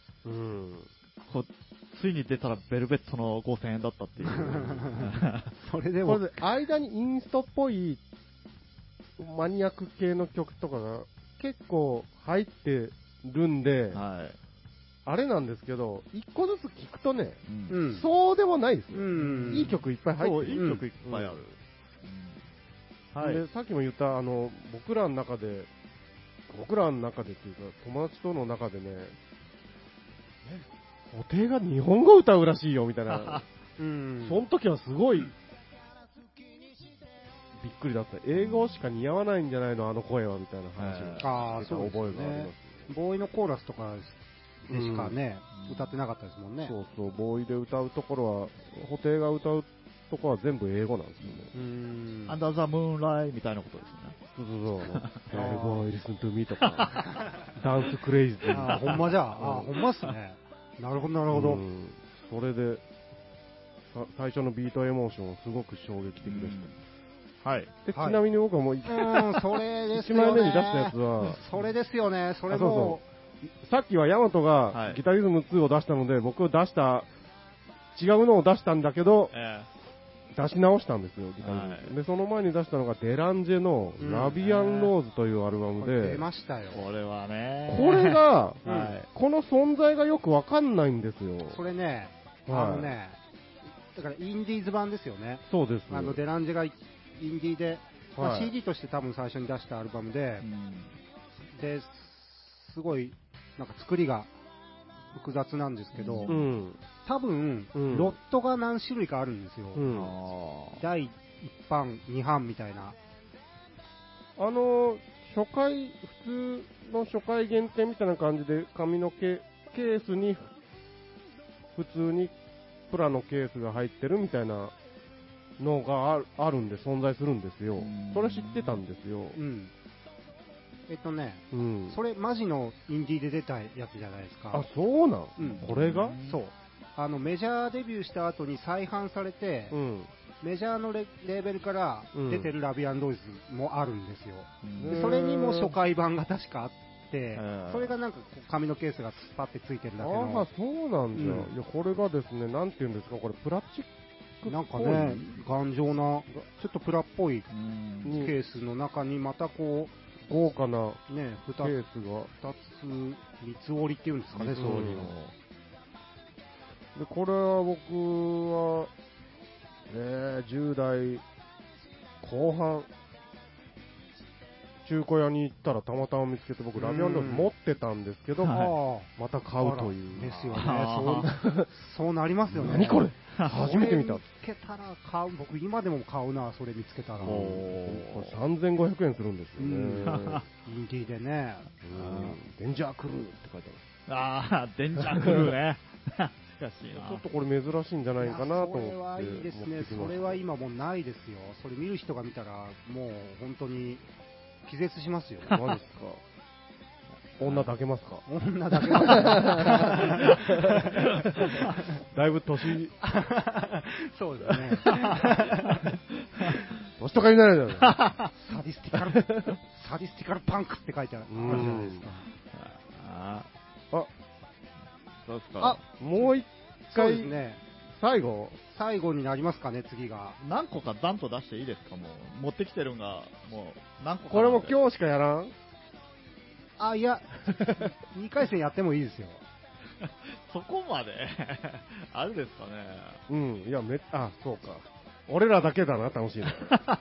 ついに出たらベルベットの5000円だったっていう。 それでもこれ間にインストっぽいマニアック系の曲とかが結構入ってるんで、あれなんですけど、一個ずつ聞くとね、そうでもないですよ。いい曲いっぱい入ってる。 いい曲いっぱいある。で、さっきも言った僕らの中でっていうか、友達との中でね、布袋が日本語歌うらしいよみたいな、その時はすごいびっくりだった。英語しか似合わないんじゃないのあの声はみたいな話をした覚えがあります。 ボーイのコーラスとかでしかね、歌ってなかったですもんね。 そうボーイで歌うところは、布袋が歌うところは全部英語なんですよね。 アンダーザムーンライみたいなことですよね。ボーイリスントゥミーとか、ダンスクレイジー。 ほんまじゃほんまっすね。なるほど。 それで、最初のビートエモーションはすごく衝撃的でした。でちなみに僕はもう、 それです 1枚目に出したやつは、 それですよね、それもさっきはヤマトがギタリズム2を出したので、僕違うのを出したんだけど、出し直したんですよ、ギタリズム。で、その前に出したのがデランジェのラビアンローズというアルバムで、 出ましたよ。 これはね。 これが、この存在がよくわかんないんですよ。 それね、だからインディーズ版ですよね。 そうです。 デランジェがインディーで、CD として多分最初に出したアルバムで、すごいなんか作りが複雑なんですけど、多分、ロットが何種類かあるんですよ。第1版、2版みたいな。 普通の初回限定みたいな感じで髪の毛ケースに普通にプラのケースが入ってるみたいなのがあるんで存在するんですよ。それ知ってたんですよ。 それマジのインディーで出たやつじゃないですか。 あ、そうなん、これがそう。メジャーデビューした後に再販されて、メジャーのレーベルから出てるラビアンロイズもあるんですよ。でそれにも初回版が確かあって、それがなんか紙のケースがパッてついてるだけの。 ああ、そうなんじゃ。いや、これがですね、なんていうんですか、これプラスチックなんかね、頑丈な、ちょっとプラっぽいケースの中にまたこう、 豪華なね、 ケースが 2つ、三つ折りっていうんですかね、そういうの。 で、これは僕は、10代後半、 中古屋に行ったらたまたま見つけて、僕ラビアンドール持ってたんですけど、また買うという。 ですよね。そうなりますよね。 何これ初めて見た。 見つけたら買う。僕今でも買うな、それ見つけたら。 3500円するんですよね。 インディーでね。 デンジャークルーって書いてある。デンジャークルーね。 ちょっとこれ珍しいんじゃないかなと思って。 それはいいですね。それは今もうないですよ。それ見る人が見たら、もう本当に気絶しますよ。 マジですか。女抱けますか？ 女抱けますだいぶ年。 そうですね。 年とかになるじゃない。 サディスティカルパンクって書いてあるじゃないですか。 どうですか？ もう一回、 ですね、 最後になりますかね、次が。 何個かダンと出していいですか？もう持ってきてるんがもう何個か。 これも今日しかやらん？ いや2回戦やってもいいですよ。 そこまであるですかね。 いやそうか。俺らだけだな、楽しいの。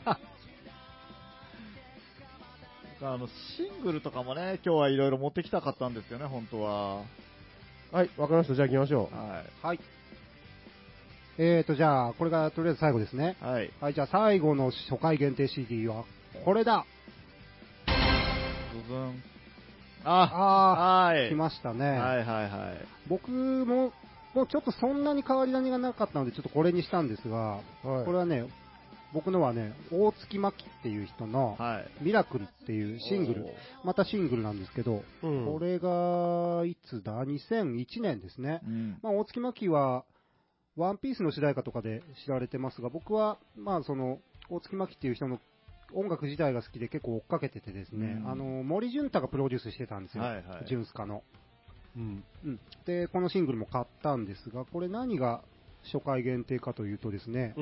シングルとかもね、今日はいろいろ持ってきたかったんですよね、本当は。 はい、わかりました。じゃあ行きましょう。 はい。じゃあ、これがとりあえず最後ですね。 はい。 はい、じゃあ最後の初回限定 CD は、これだ。 ブブン。 はい。来ましたね。 はい。 僕も、もうちょっとそんなに変わり種がなかったので、ちょっとこれにしたんですが、これはね、僕のはね、大月真希っていう人の、ミラクルっていうシングル、またシングルなんですけど、これが、いつだ ?2001 年ですね。大月真希は、ワンピースの主題歌とかで知られてますが、僕は、大月真希っていう人の音楽自体が好きで結構追っかけててですね、森潤太がプロデュースしてたんですよ、ジュンスカの。で、このシングルも買ったんですが、これ何が初回限定かというとですね、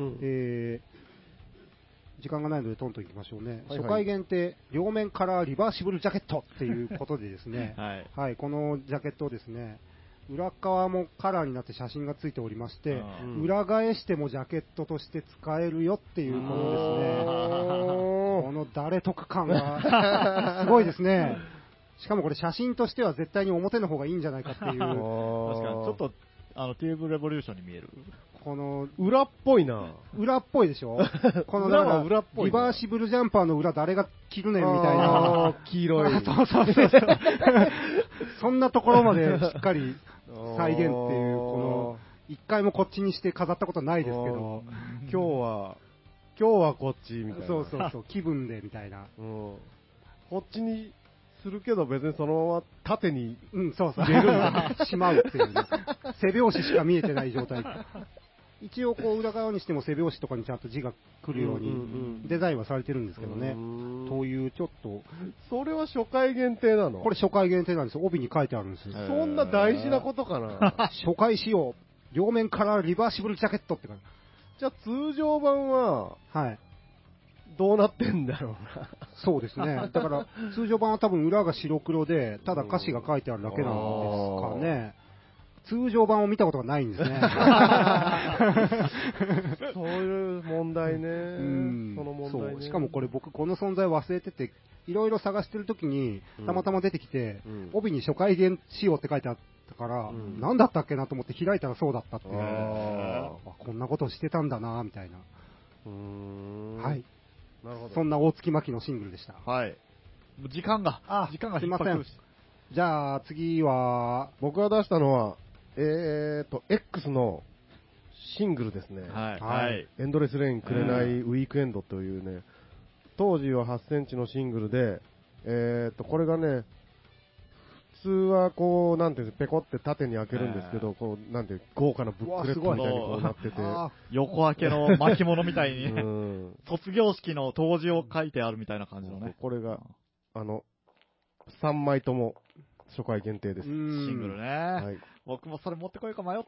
時間がないのでトントンいきましょうね。初回限定、両面カラーリバーシブルジャケットっていうことでですね、このジャケットをですね、裏側もカラーになって写真がついておりまして、裏返してもジャケットとして使えるよっていうことですね。この誰得感がすごいですね。しかもこれ写真としては絶対に表の方がいいんじゃないかっていう。確かにちょっとテーブルレボリューションに見える。 この裏っぽいな。 裏っぽいでしょ。この裏っぽいリバーシブルジャンパーの裏誰が着るねんみたいな。 黄色い。そう。 そんなところまでしっかり再現っていう、この一回もこっちにして飾ったことないですけど、 今日はこっちみたいな。 そう気分でみたいな。 こっちにするけど別にそのまま縦に入れるしまうっていう、ね、背表紙しか見えてない状態。一応こう裏側にしても背表紙とかにちゃんと字が来るようにデザインはされてるんですけどね。というちょっとそれは初回限定なの？ これ初回限定なんですよ。帯に書いてあるんですよ。 そんな大事なことかな。 初回仕様両面からリバーシブルジャケットって感じ。 じゃあ通常版はどうなってんだろうな。 そうですね。だから通常版は多分裏が白黒でただ歌詞が書いてあるだけなんですかね。通常版を見たことがないんですね。 そういう問題ね。その問題ね。 しかもこれ僕この存在忘れてて、いろいろ探してる時にたまたま出てきて、帯に初回限仕様って書いてあったから、何だったっけなと思って開いたらそうだったっていう。こんなことをしてたんだなみたいな。はい。 なるほど。 そんな大月真希のシングルでした。 はい。時間がすいません。じゃあ次は僕が出したのはX のシングルですね。エンドレスレインくれないウィークエンドというね、当時は8センチのシングルで、これがね、普通はこう、なんていうペコって縦に開けるんですけど、こう、なんていう豪華なブックレットみたいにこうなってて。 横開けの巻物みたいに、卒業式の当時を書いてあるみたいな感じのね。 これが、3枚とも初回限定です。シングルね。僕もそれ持ってこようか迷った。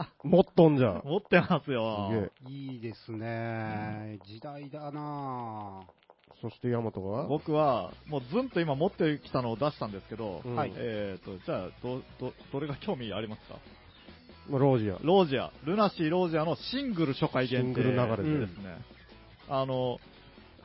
持っとんじゃん。 持ってますよ。 いいですね。時代だな。 そしてヤマトが僕は、もうずんと今持ってきたのを出したんですけど、じゃあ、どれが興味ありますか？ ロージア。 ルナシーロージアのシングル初回限定。 シングル流れですね。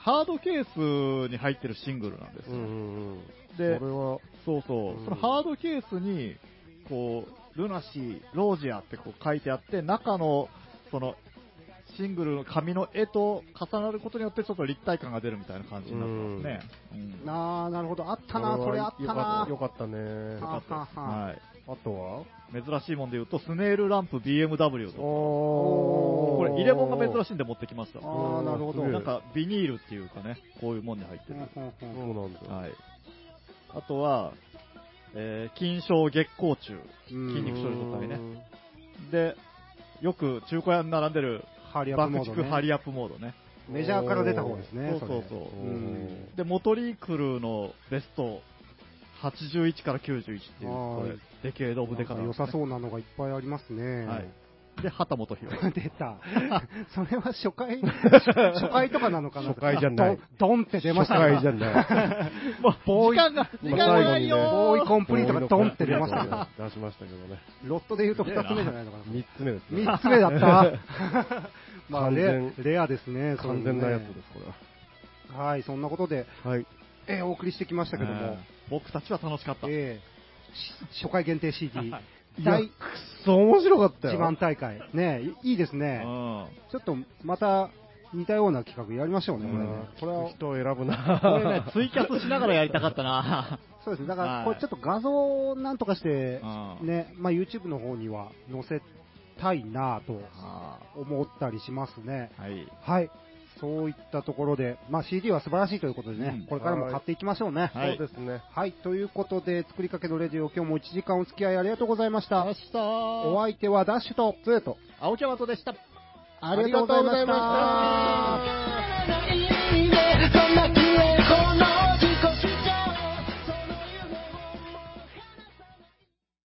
ハードケースに入ってるシングルなんですよ。で、そうそう、そのハードケースに、こう、ルナシー、ロージアってこう書いてあって、中の、その、シングルの紙の絵と重なることによってちょっと立体感が出るみたいな感じになってますね。 なるほど。あったな、それあったな。 よかったね。 はい。 あとは珍しいもんで言うと、スネールランプ BMW と。これ、入れ物が珍しいんで持ってきました。 なるほど。 なんか、ビニールっていうかね、こういうもんに入ってる。 そうなんだ。 はい。あとは、金賞月光虫、筋肉処理とかにね。で、よく中古屋に並んでる、 ハリアップモード、 爆竹ハリアップモードね。 メジャーから出た方ですね。 そう。で、モトリークルのベスト、81から91っていう、これ、デケードオブデカだ、ね。 良さそうなのがいっぱいありますね。 はい。で、畑本博。 出た。それは初回とかなのかな。 初回じゃない。 ドンって出ましたね。 初回じゃない。 もう、時間がないよー。 ボーイコンプリートがドンって出ましたけど。 出しましたけどね。 ロットで言うと2つ目じゃないのかな。 3つ目です。 3つ目だった。まあ、レアですね。 完全なやつです、これは。はい、そんなことで、お送りしてきましたけども。 僕たちは楽しかった。 初回限定 CD。 いや、くっそ面白かったよ。 自慢大会。ね、いいですね。ちょっとまた似たような企画やりましょうね。 これは人を選ぶな。 これね、ツイキャスしながらやりたかったな。 そうですね。だから、これちょっと画像なんとかして、ね、まあ YouTube の方には載せたいなと思ったりしますね。はい。そういったところで、まあ CD は素晴らしいということでね、これからも買っていきましょうね。 そうですね。 はい。ということで、作りかけのレディオ、今日も1時間お付き合いありがとうございました。お相手はダッシュと、 青木山とでした。 ありがとうございました。